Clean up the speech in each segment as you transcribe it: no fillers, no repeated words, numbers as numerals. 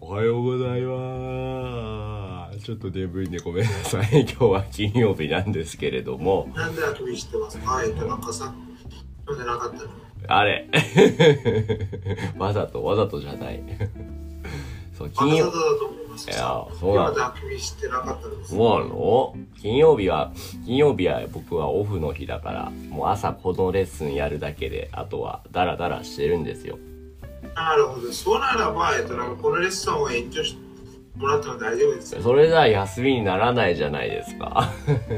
おはようございます。ちょっと眠いんでごめんなさい。今日は金曜日なんですけれども。 なんであくびしてますか？なんかさ、飲んでなかったの？ あれわざとじゃない。そう金曜わざとだと思います。 いや、そうなの。 今まであくびしてなかったんです。 そうなの？金曜日は僕はオフの日だから、もう朝このレッスンやるだけで、あとはダラダラしてるんですよ。 なるほど。そうならば、なんかこのレッスンを延長してもらっても大丈夫ですよ。 それじゃ休みにならないじゃないですか。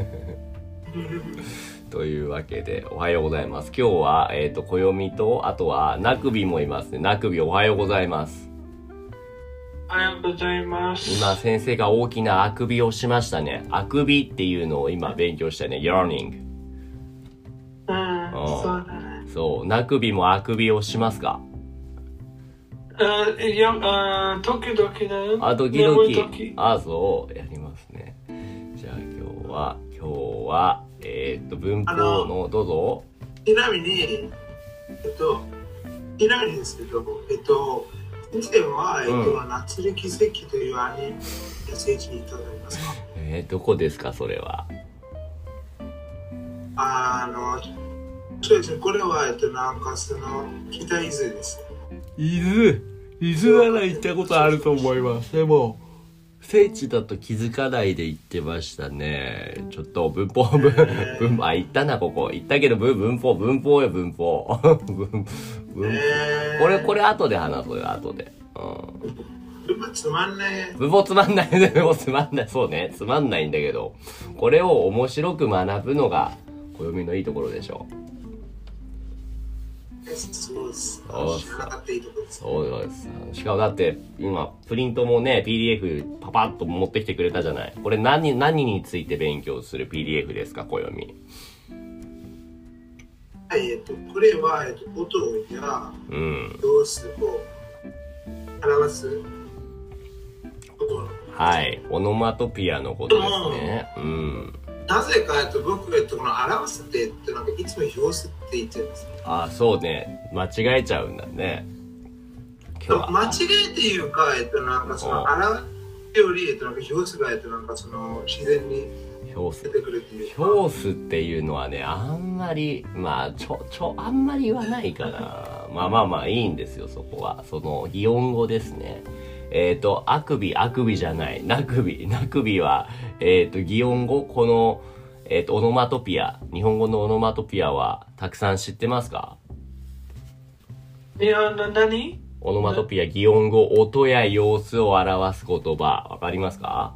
というわけで、おはようございます。今日は、暦と、あとは、なくびもいますね。なくびおはようございます。 おはようございます。 今、先生が大きなあくびをしましたね。あくびっていうのを今勉強したね。yearning。 そうだね。 そう、なくびもあくびをしますか？ 時々だよ。 あ、時眠い 々。 時。 あ、そう、やりますね。じゃあ今日は、文法の、どうぞ。 ちなみにですけど、先生は、夏の奇跡というアニメの聖地に行ったことありますか？ どこですか、それは。 そうですね、これは、なんかその、北伊豆です。 伊豆なら行ったことあると思います。でも、聖地だと気づかないで行ってましたね。ちょっと行ったな、ここ。行ったけど、文法よ、文法。これ後で話そうよ、後で。 文法つまんない。 文法つまんない。そうね、つまんないんだけど、これを面白く学ぶのが、暦のいいところでしょ。 そうです。知らなかったいいところです。 そうです。しかもだって今プリントもね PDF パパッと持ってきてくれたじゃない。これ何について勉強する PDF ですか、暦？ はい、これは、音や様子を表すこと。 はい、オノマトピアのことですね。 なぜか僕この表すってなんかいつも表すって言ってるんです。 あ、そうね、間違えちゃうんだね。 間違えていうかなんかその表すよりなんか表すがなんかその自然に出てくるっていうか。 表すっていうのはね、あんまりあんまり言わないかな。まあいいんですよ、そこは。その擬音語ですね。あくびじゃない。なくびは、擬音語、この、オノマトピア、日本語のオノマトピアは、たくさん知ってますか？ 何？ オノマトピア、擬音語、音や様子を表す言葉、わかりますか？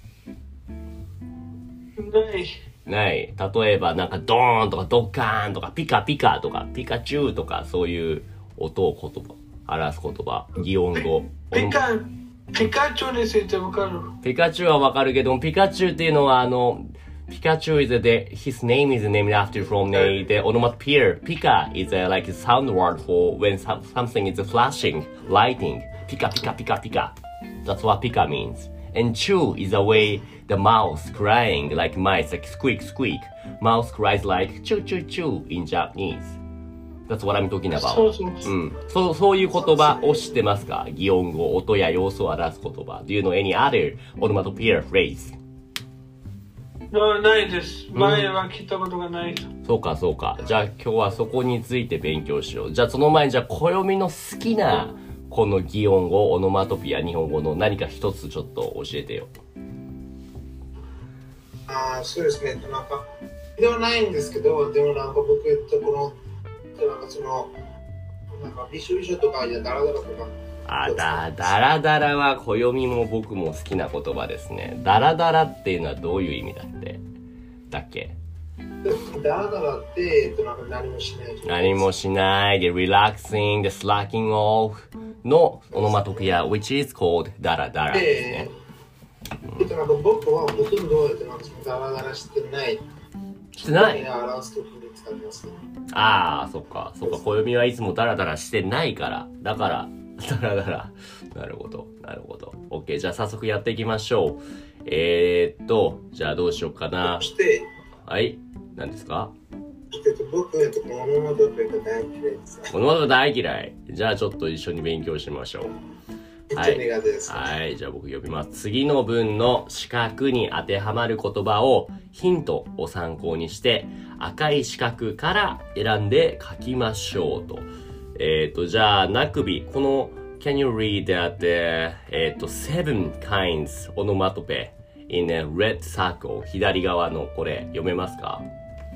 ない。例えば、なんか、ドーンとか、ドッカーンとか、ピカピカとか、ピカチュウとか、そういう音を表す言葉、擬音語。 ピカチュウについてわかる？ ピカチュウはわかるけど、ピカチュウっていうのはピカチュウ his name is named after from the onomatopoeia. Pika is like a sound word for when something is flashing, lighting. Pika, pika, pika, pika. That's what pika means. And chew is a way the mouse crying like mice, like squeak, squeak. Mouse cries like chew, chew, chew in Japanese.That's what I'm talking about. そういう言葉を知ってますか？擬音語、音や様子を表す言葉。Do you know any other onomatopoeia phrase? ないです。前は聞いたことがない。 そうか。じゃあ今日はそこについて勉強しよう。じゃあその前に暦の好きなこの擬音語、オノマトピア、日本語の何か一つちょっと教えてよ。 そうですね。なんかではないんですけど、でもなんか僕このなんかそのなんかビショビショとかダラダラとか。 ダラダラは暦も僕も好きな言葉ですね。ダラダラっていうのはどういう意味だっけ？ ダラダラってなんか何もしない。 何もしないで relaxing, the slacking off のオノマトピア which is called ダラダラですね。 なんか僕はほとんどなんかそのダラダラしてない。 してない。 表す時に使いますね。 そっか。暦はいつもダラダラしてないから。だから、ダラダラ。なるほど。OK。じゃあ早速やっていきましょう。じゃあどうしようかな。 そして、 はい。何ですか？ 僕、このオノマトペが大嫌いです。 オノマトペ大嫌い。じゃあちょっと一緒に勉強しましょう。 めっちゃ苦手です。 はい、じゃあ僕読みます。次の文の四角に当てはまる言葉をヒントを参考にして赤い四角から選んで書きましょうと。じゃあ、なくび、この Can you read that, 7 kinds オノマトペ in a red circle 左側のこれ読めますか？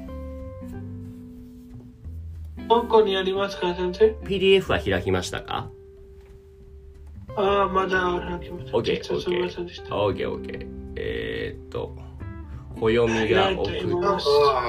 どこにありますか、先生？ PDF は開きましたか？ ああ、まだ開きました。 OK、 実はすみませんでした。 OK、OK。暦が送る。 なんか、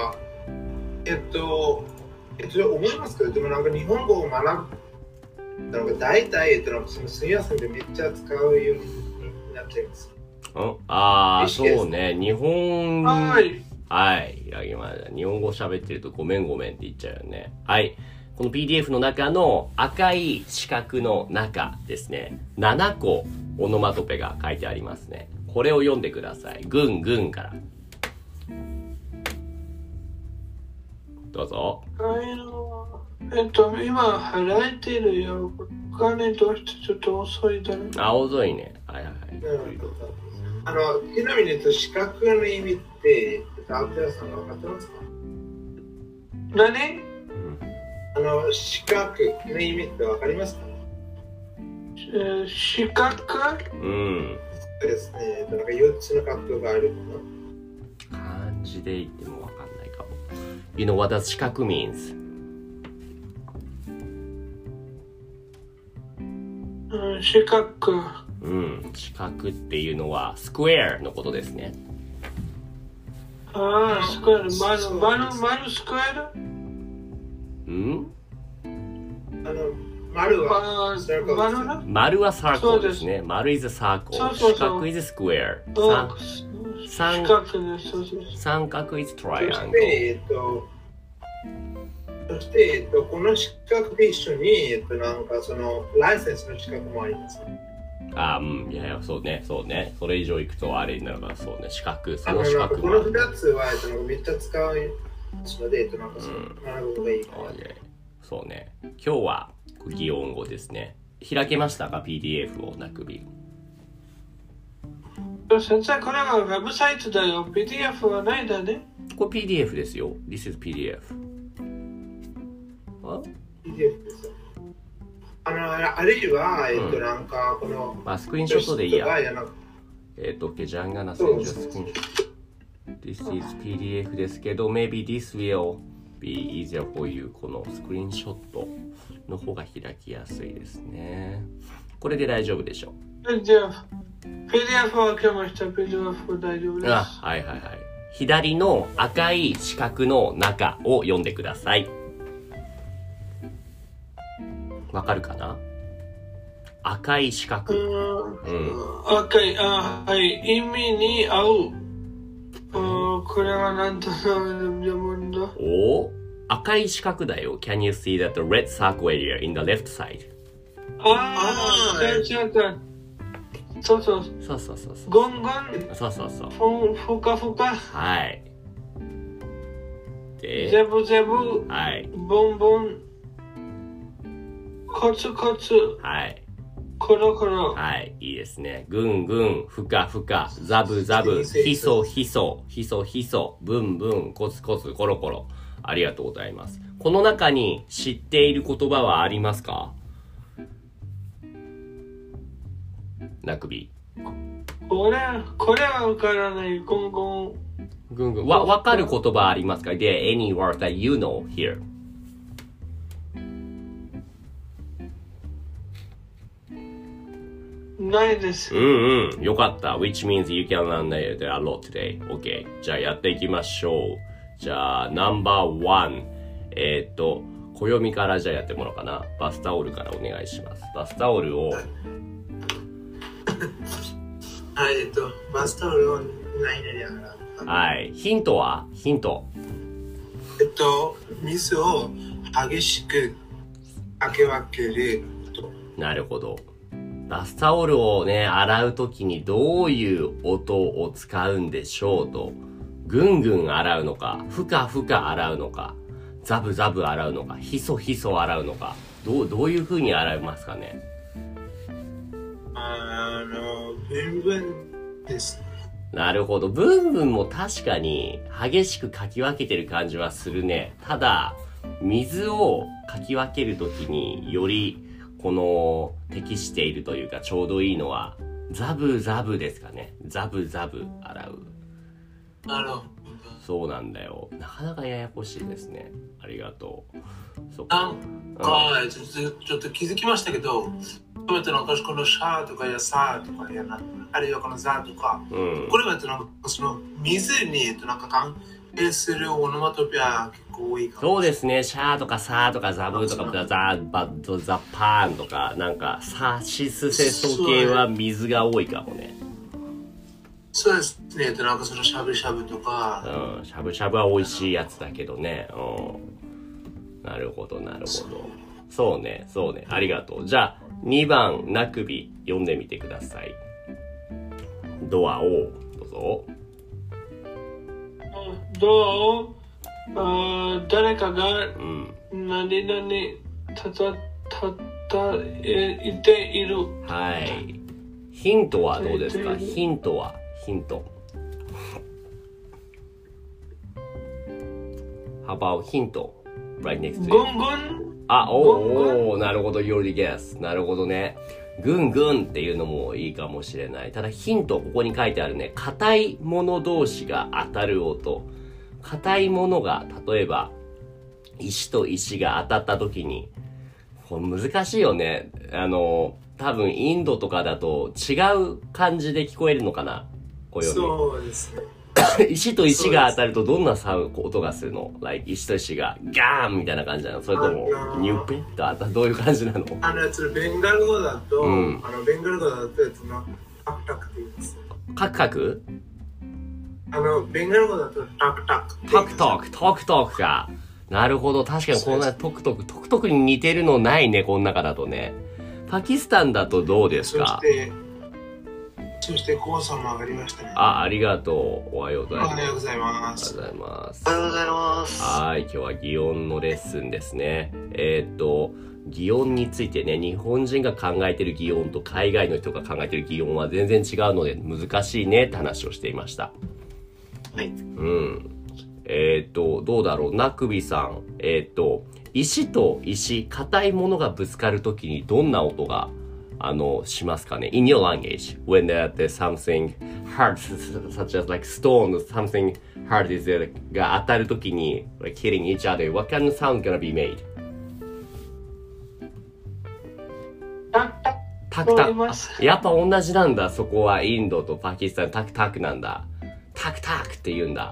思いますけど、でもなんか日本語を学ぶ、なんか大体、なんかその水休みでめっちゃ使うようになっちゃいます。 ああ、そうね。日本、 はい。 はい。開きました。日本語喋ってるとごめんって言っちゃうよね。はい。この PDF の中の赤い四角の中ですね。7個オノマトペが書いてありますね。これを読んでください。ぐんから。どうぞ。 今払えてるよ。お金どうしてちょっと遅いだろう。 あ、遅いね。はい。 ちなみに四角の意味って、アウトヤさんが分かってますか？ 何？ 四角の意味って分かりますか？ 四角？ ですね。なんか4つの角があるもの。漢字で言っても分かんないかも。You know what does 四角 means? 四角。 四角っていうのはスクエアのことですね。 ああ、スクエア。丸スクエア？ 丸はサークルですね。丸 is a circle。四角 is a square。三角 is triangle。 そして、この四角と一緒に、なんかそのライセンスの四角もあります。 いや、そうね。それ以上いくとあれになるから、そうね、四角、その四角も。 この2つはめっちゃ使うので、なんか学ぶ方がいいかな。 そうね。今日は擬音語ですね。開けましたか PDF をなくび。 先生、これはウェブサイトだよ。PDF はないだね。 これ PDF ですよ。This is PDF。 PDF ですよ。あるいは、なんかこの、 スクリーンショットでいいや。OK、ジャンガナセンジャースクリーンショット。This is PDF ですけど、maybe this will be easier for you。このスクリーンショットの方が開きやすいですね。これで大丈夫でしょう。 PDF は開けました。PDF は大丈夫です。 はい。左の赤い四角の中を読んでください。わかるかな？赤い四角。 赤い、はい。意味に合う。これは何と読むんだ？ 赤い四角だよ。Can you see that the red circle area in the left side? そう。ゴンゴン。 そう。 ふかふか。 はい。で、 ゼブ。 はい。 ボン。コツ。 はい。 コロ。 はい、いいですね。ぐん、ふか、ザブ、ひそ、ブン、コツ、コロ。ありがとうございます。この中に知っている言葉はありますか？なくび。 これはわからない。ゴン。 わかる言葉ありますか？ Is there any word that you know here? ないです。 よかった。Which means you can learn a lot today. OK。じゃあやっていきましょう。じゃあ、No.1。暦からじゃあやってもらおうかな。バスタオルからお願いします。バスタオルを。 バスタオルを何々やから。 はい。ヒントは？ 水を激しく開け分けると。 なるほど。バスタオルをね、洗うときにどういう音を使うんでしょうと。ぐん洗うのか、ふか洗うのか、ザブ洗うのか、ひそ洗うのか、どういう風に洗いますかね？ ブンブンですね。 なるほど。ブンブンも確かに激しくかき分けてる感じはするね。ただ、水をかき分けるときによりこの適しているというかちょうどいいのはザブザブですかね。ザブザブ洗う。 なるほど。 そうなんだよ。なかなかややこしいですね。ありがとう。そっなか。 んか、ちょっと気づきましたけど、なんかこのシャーとかやサーとかやな、あるいはこのザーとか、これはなんかその水になんか関係するオノマトペア結構多いかも。 そうですね。シャーとかサーとかザブとかザバッドザパーンとかなんかサシスセソ系は水が多いかもね。 そうですね。なんかそのしゃぶしゃぶとか。 しゃぶしゃぶは美味しいやつだけどね。なるほどなるほど。そうねそうね。ありがとう。じゃあ2番なくび読んでみてください。ドアをどうぞ。 ドアを誰かが何々たいている。 はい。ヒントはどうですか？ヒント。How about ヒント right next to it? ぐんぐん。 おー、なるほど。You already guess. なるほどね。ぐんぐんっていうのもいいかもしれない。ただヒント、ここに書いてあるね。硬いもの同士が当たる音。硬いものが、例えば、石と石が当たった時に、これ難しいよね。多分インドとかだと違う感じで聞こえるのかな。 そうですね。 石と石が当たるとどんな音がするの？ like 石と石がガーンみたいな感じなの？それともニューペッと当たる？どういう感じなの？ ベンガル語だと、ベンガル語だとタクタクって言うんですよ。 カクカク？ ベンガル語だとタクタク。 トクトクか。なるほど。確かにこんなトクトクに似てるのないね、この中だとね。パキスタンだとどうですか？ そしてコウさんも上がりましたね。 ありがとう。おはようございます。 おはようございます。 おはようございます。 はい、今日は擬音のレッスンですね。擬音についてね、日本人が考えてる擬音と海外の人が考えてる擬音は全然違うので難しいねって話をしていました。 はい。 どうだろう、なくびさん。石と石、硬いものがぶつかるときにどんな音がしますかね？ In your language, when there's something hard, such as like stone, something hard is there, が当たるときに like hitting each other, what kind of sound gonna be made? タクタク。やっぱ同じなんだ。そこはインドとパキスタン、タクタクなんだ。タクタクって言うんだ。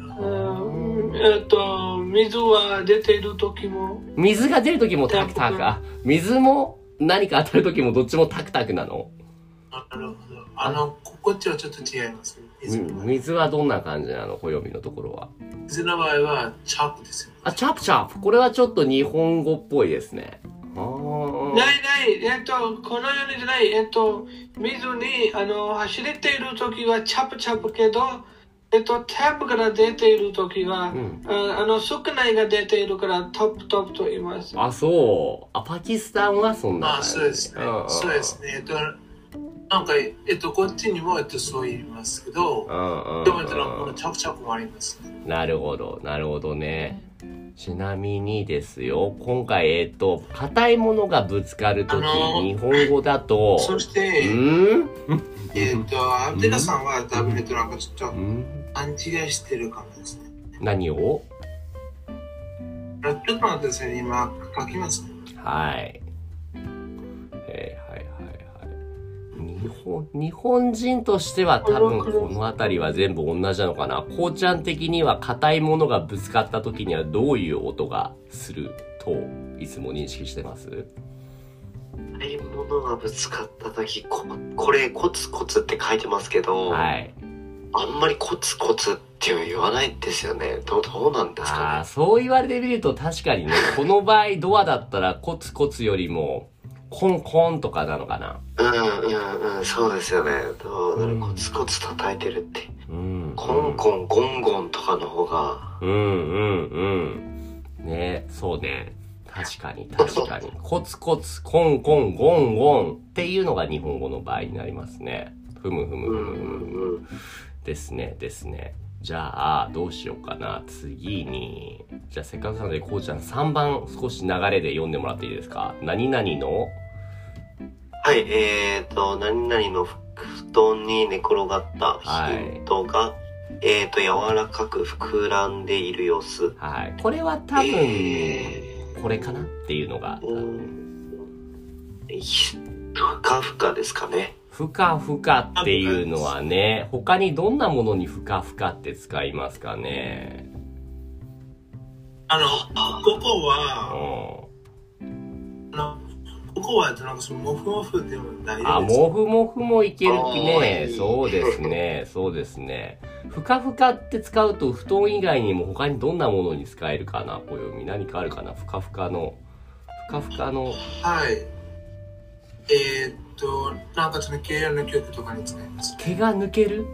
水は出ているときも。 水が出るときもタクタク。水も何か当たるときもどっちもタクタクなの？ なるほど。こっちはちょっと違います。 水はどんな感じなの？暦のところは。 水の場合はチャップですよ。 チャップチャップ。これはちょっと日本語っぽいですね。 ない、このようにじゃない、水に、走れているときはチャップチャップけど、タップから出ているときは、少ないが出ているからトップトップと言います。 そう。パキスタンはそんな感じ。 そうですね。そうですね。なんか、こっちにも、そう言いますけど、でも、このチャプチャプもあります。 なるほどね。ちなみにですよ、今回、硬いものがぶつかるとき、日本語だと、 そして、アブデラさんは多分、なんかちょっと、勘違いしてるかもですね。 何を？ ちょっと待ってください、今、書きますね。 はい。日本人としては多分この辺りは全部同じなのかな。こうちゃん的には硬いものがぶつかった時にはどういう音がするといつも認識してます？ 硬いものがぶつかった時、これコツコツって書いてますけど、 はい。 あんまりコツコツって言わないですよね。どうなんですかね。 そう言われてみると確かにね、この場合ドアだったらコツコツよりもコンコンとかなのかな。 そうですよね。コツコツ叩いてるって。コンコンゴンゴンとかの方が。 ね、そうね。 確かに確かに。コツコツ、コンコン、ゴンゴンっていうのが日本語の場合になりますね。ふむふむふむふむふむ。ですね、ですね。じゃあ、どうしようかな。次に。じゃあ、せっかくなので、こうちゃん3番少し流れで読んでもらっていいですか？何々のはい、何々の布団に寝転がったヒントが、柔らかく膨らんでいる様子。 はい。これは多分、これかなっていうのが。 ふかふかですかね。 ふかふかっていうのはね、他にどんなものにふかふかって使いますかね？ ここは、ここはなんかそのモフモフでも大丈夫です。 あ、モフモフもいけるね。そうですね。そうですね。ふかふかって使うと布団以外にも他にどんなものに使えるかな？暦何かあるかな？ふかふかの。 はい。なんかその軽音の曲とかに使います。 毛が抜ける？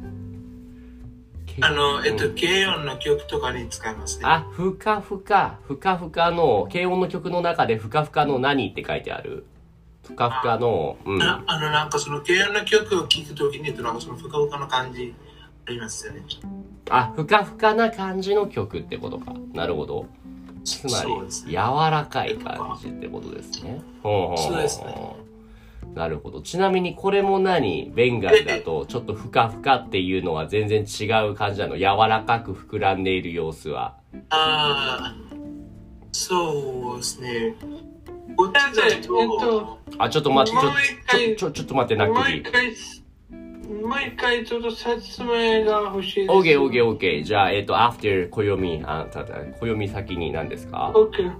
軽音の曲とかに使いますね。 あ、ふかふか。ふかふかの、軽音の曲の中でふかふかの何って書いてある？ふかふかの、 なんかその軽音の曲を聴くときに、なんかそのふかふかの感じありますよね。 あ、ふかふかな感じの曲ってことか。なるほど。つまり、柔らかい感じってことですね。 そうですね。 なるほど。ちなみにこれもベンガルだとちょっとふかふかっていうのは全然違う感じなの？柔らかく膨らんでいる様子は。 そうですね。こっちだと、 ちょっと待って、ちょっと待って、なくていい。 もう一回ちょっと説明が欲しいです。 OK。じゃあ、after 暦先に何ですか？ OK。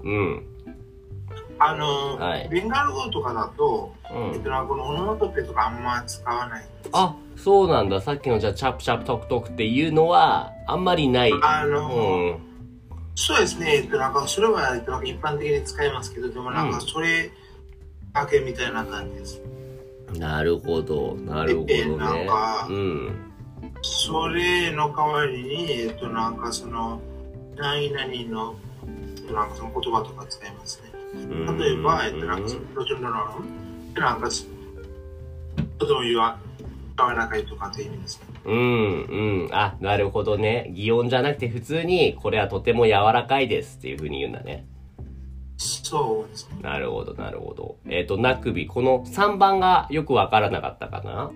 ベンガル語とかだと、このオノマトペとかあんま使わない。 あ、そうなんだ。さっきのじゃあ、チャプチャプトクトクっていうのは、あんまりない。 そうですね。なんかそれは一般的に使いますけど、でもなんかそれだけみたいな感じです。なるほどね。 なんか、 それの代わりに、なんかその、何々の、なんかその言葉とか使いますね。例えば、なんかその、なんか、とても柔らかいとかって意味ですね。 あ、なるほどね。擬音じゃなくて普通に、これはとても柔らかいですっていう風に言うんだね。 そうですね。 なるほど。なくび、この3番がよくわからなかったかな？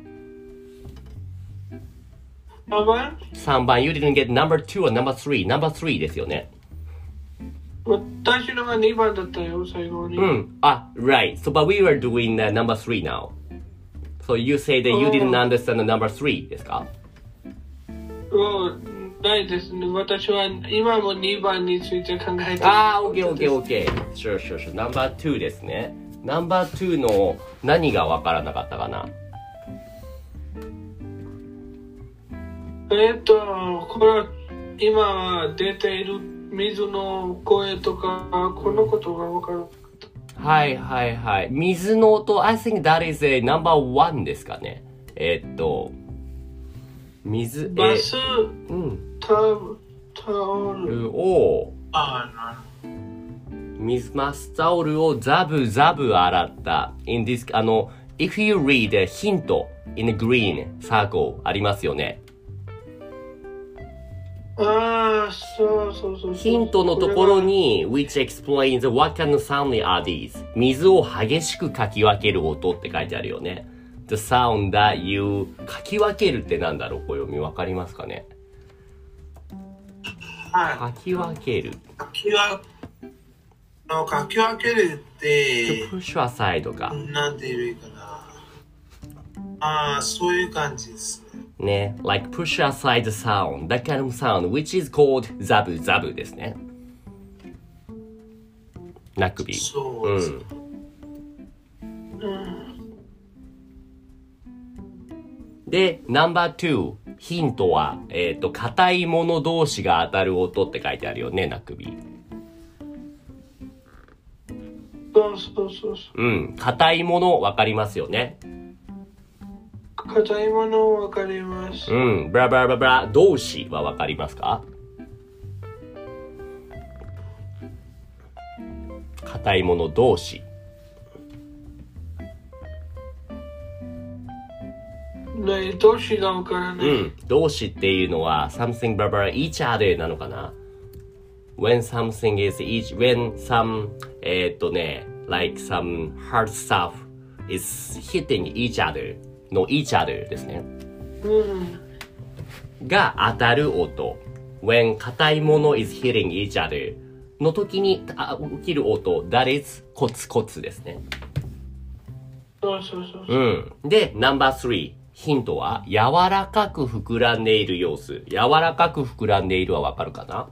3番 You didn't get number 2 or number 3 number 3ですよね。 私のが2番だったよ、最後に。 right. So, but we were doing number 3 now. So, you say that you didn't understand the number 3ですか？ ないですね。私は今も2番について考えている。 OK。Sure. ナンバー2ですね。ナンバー2の何がわからなかったかな？ これは今出ている水の声とか、このことがわからなかった。 はい。水の音、I think that is a number 1ですかね。水、 バス、タオルを、バスタオルをザブザブ洗った。in this, if you read a hint in the green circle ありますよね。 そう。 ヒントのところに which explains what kind of sound are these 水を激しくかき分ける音って書いてあるよね。The sound that you かき分けるってなんだろう？暦わかりますかね？かき分ける。 かき分けるって、 プッシュアサイドか。 なんて言うかな。そういう感じですね。like push aside the sound, that kind of sound, which is called ザブザブですね。なくび。 そうです。 で、ナンバー2、ヒントは、硬いもの同士が当たる音って書いてあるよね、なくび。 そう。 硬いものわかりますよね。 硬いものわかります。 ブラ同士はわかりますか？ 硬いもの動詞。 ね、動詞がわからない。 動詞っていうのは something blah blah each other なのかな。when something is each, when some, like some hard stuff is hitting each other の each other ですね。が当たる音。when 硬いもの is hitting each other の時に起きる音。that is コツコツですね。 そうそうそう。 で、No.3。ヒントは、柔らかく膨らんでいる様子。柔らかく膨らんでいるはわかるかな？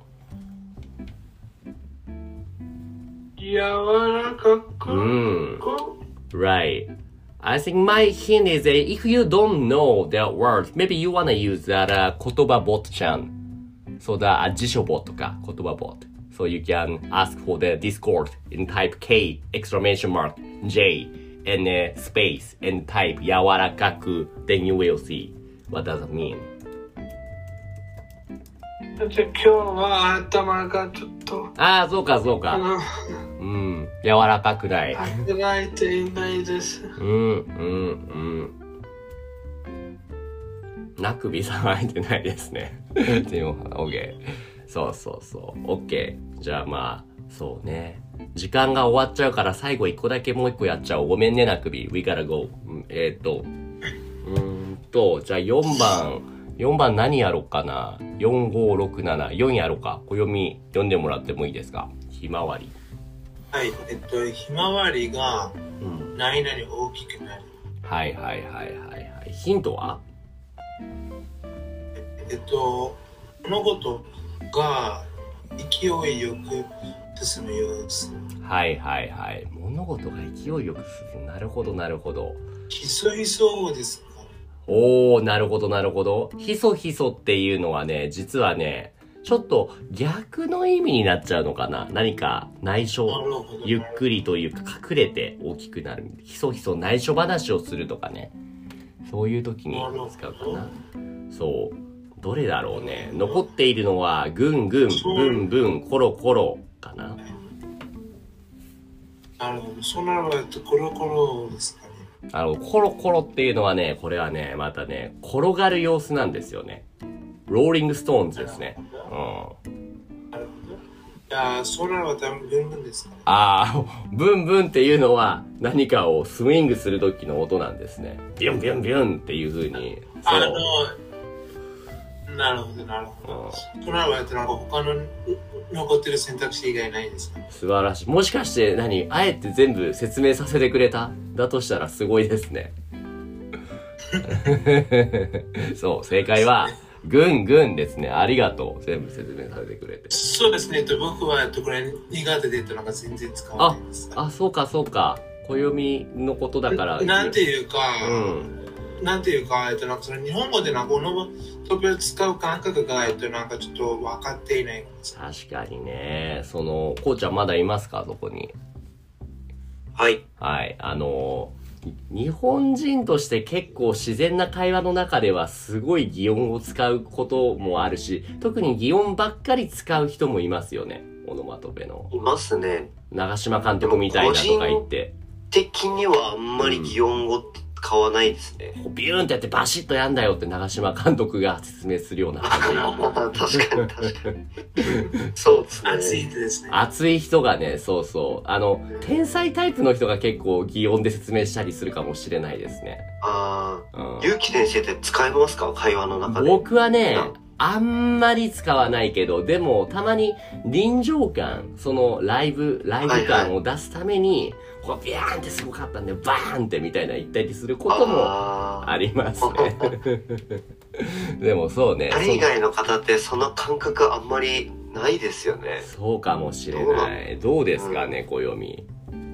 柔らかく。 Right. I think my hint is that if you don't know that word, maybe you wanna use that 言葉ボットちゃん。そうだ、辞書ボットか、言葉ボット。So you can ask for the Discord and type K, exclamation mark, J, and space, and type 柔らかく, then you will see what does it mean. だって今日は頭がちょっと。 ああ、そうかそうか。柔らかくない。 開いていないです。 なくびさん開いてないですね。でも、OK。そうそうそう。OK。じゃあまあ、そうね。時間が終わっちゃうから最後一個だけもう一個やっちゃおう。ごめんね、なくび。We gotta go. じゃあ4番何やろうかな。4、5、6、7、4やろうか。読んでもらってもいいですか。ひまわり。 はい、ひまわりが何々大きくなる。 はい。ヒントは物事が勢いよく進む様子。 はい。物事が勢いよく進む。なるほど。 ひそひそですか？ おー、なるほど。ひそひそっていうのはね、実はね、ちょっと逆の意味になっちゃうのかな。何か内緒、ゆっくりというか隠れて大きくなる。ひそひそ内緒話をするとかね。そういう時に使うかな。そう。どれだろうね。残っているのは、ぐん、ブンブン、コロコロかな。 なるほど。そうならば、コロコロですかね。 コロコロっていうのはね、これはね、またね、転がる様子なんですよね。ローリングストーンズですね。 なるほど。いや、そうならば多分ブンブンですかね。 ブンブンっていうのは何かをスイングする時の音なんですね。ビュンビュンビュンっていう風に。 なるほど。そうならばなんか他の残ってる選択肢以外ないですか？ 素晴らしい。もしかしてあえて全部説明させてくれた？だとしたらすごいですね。そう、正解は、ぐんですね。ありがとう。全部説明させてくれて。 そうですね。僕はこれ苦手でなんか全然使わないです。 そうか。暦のことだから。 なんていうか、なんかその日本語でなんかオノマトペを使う感覚がなんかちょっと分かっていない。 確かにね。こうちゃんまだいますか？そこに。 はい。 日本人として結構自然な会話の中ではすごい擬音を使うこともあるし、特に擬音ばっかり使う人もいますよね。オノマトペの。 いますね。 長嶋監督みたいなとか言って。 的にはあんまり擬音語って使わないですね。 ビューンってやってバシッとやんだよって長嶋監督が説明するような感じ。 確かに。そうですね。 熱いですね。 熱い人がね、そう。天才タイプの人が結構擬音で説明したりするかもしれないですね。 ゆうき先生って使いますか？会話の中で。 僕はね、あんまり使わないけど、でもたまに臨場感、ライブ感を出すために、ビャーンってすごかったんで、バーンってみたいな言ったりすることもありますね。でもそうね。 海外の方ってその感覚あんまりないですよね。 そうかもしれない。どうですかね、暦。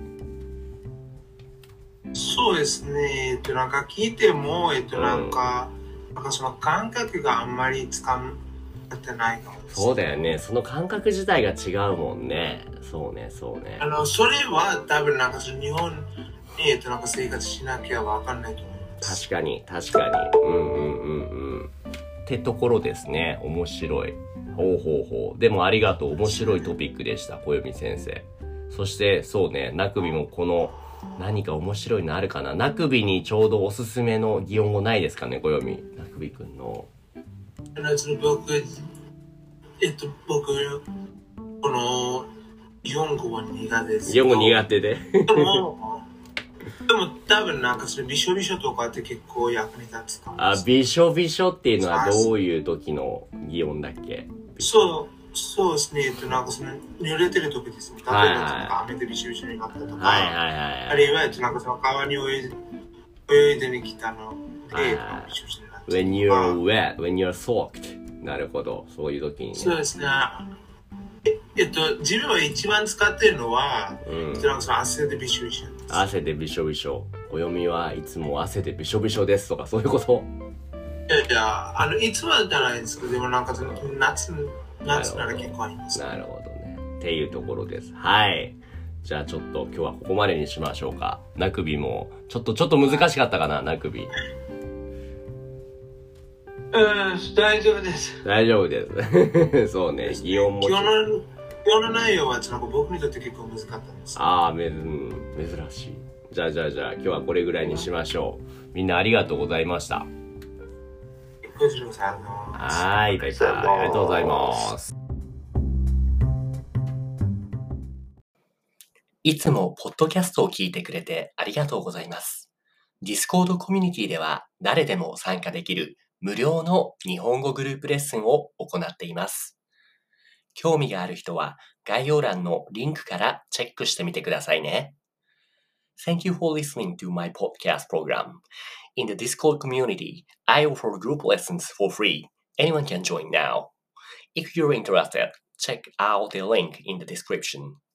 そうですね。なんか聞いても、なんかその感覚があんまりつかめてないかもです。 そうだよね。その感覚自体が違うもんね。そうね。 それは多分なんか日本になんか生活しなきゃわかんないと思います。 確かに。ってところですね。面白い。ほう。でもありがとう。面白いトピックでした。小読先生。 そしてそうね、なくびもこの何か面白いのあるかな。なくびにちょうどおすすめの擬音語ないですかね、小読み。なくびくんの。 僕、この擬音語は苦手です。 擬音語苦手で。 でも多分なんかそれびしょびしょとかって結構役に立つかもしれない。 びしょびしょっていうのはどういう時の擬音だっけ？ そうですね。なんかその濡れてる時ですね。例えばなんか雨でびしょびしょになったとか、あるいはなんかその川に泳いでに来たので、びしょびしょになった。 When you're wet, when you're soaked. なるほど。そういう時に、ね。 そうですね。自分は一番使ってるのは、なんかその汗でびしょびしょ。 汗でびしょびしょ。お読みはいつも汗でびしょびしょですとか、そういうこと？ いや、いつもじゃないですけど、でもなんかその夏なら結構あります。 なるほどね。っていうところです。はい。じゃあちょっと今日はここまでにしましょうか。なくびも、ちょっと難しかったかな、なくび。 大丈夫です。 大丈夫です。そうね、擬音も。 今日の内容はなんか僕にとって結構難かったんです。 珍しい。じゃあ今日はこれぐらいにしましょう。みんなありがとうございました。はい、バイバイ。ありがとうございます。いつもポッドキャストを聞いてくれてありがとうございます。Discord コミュニティでは誰でも参加できる無料の日本語グループレッスンを行っています。興味がある人は概要欄のリンクからチェックしてみてくださいね。Thank you for listening to my podcast program. In the Discord community, I offer group lessons for free. Anyone can join now. If you're interested, check out the link in the description.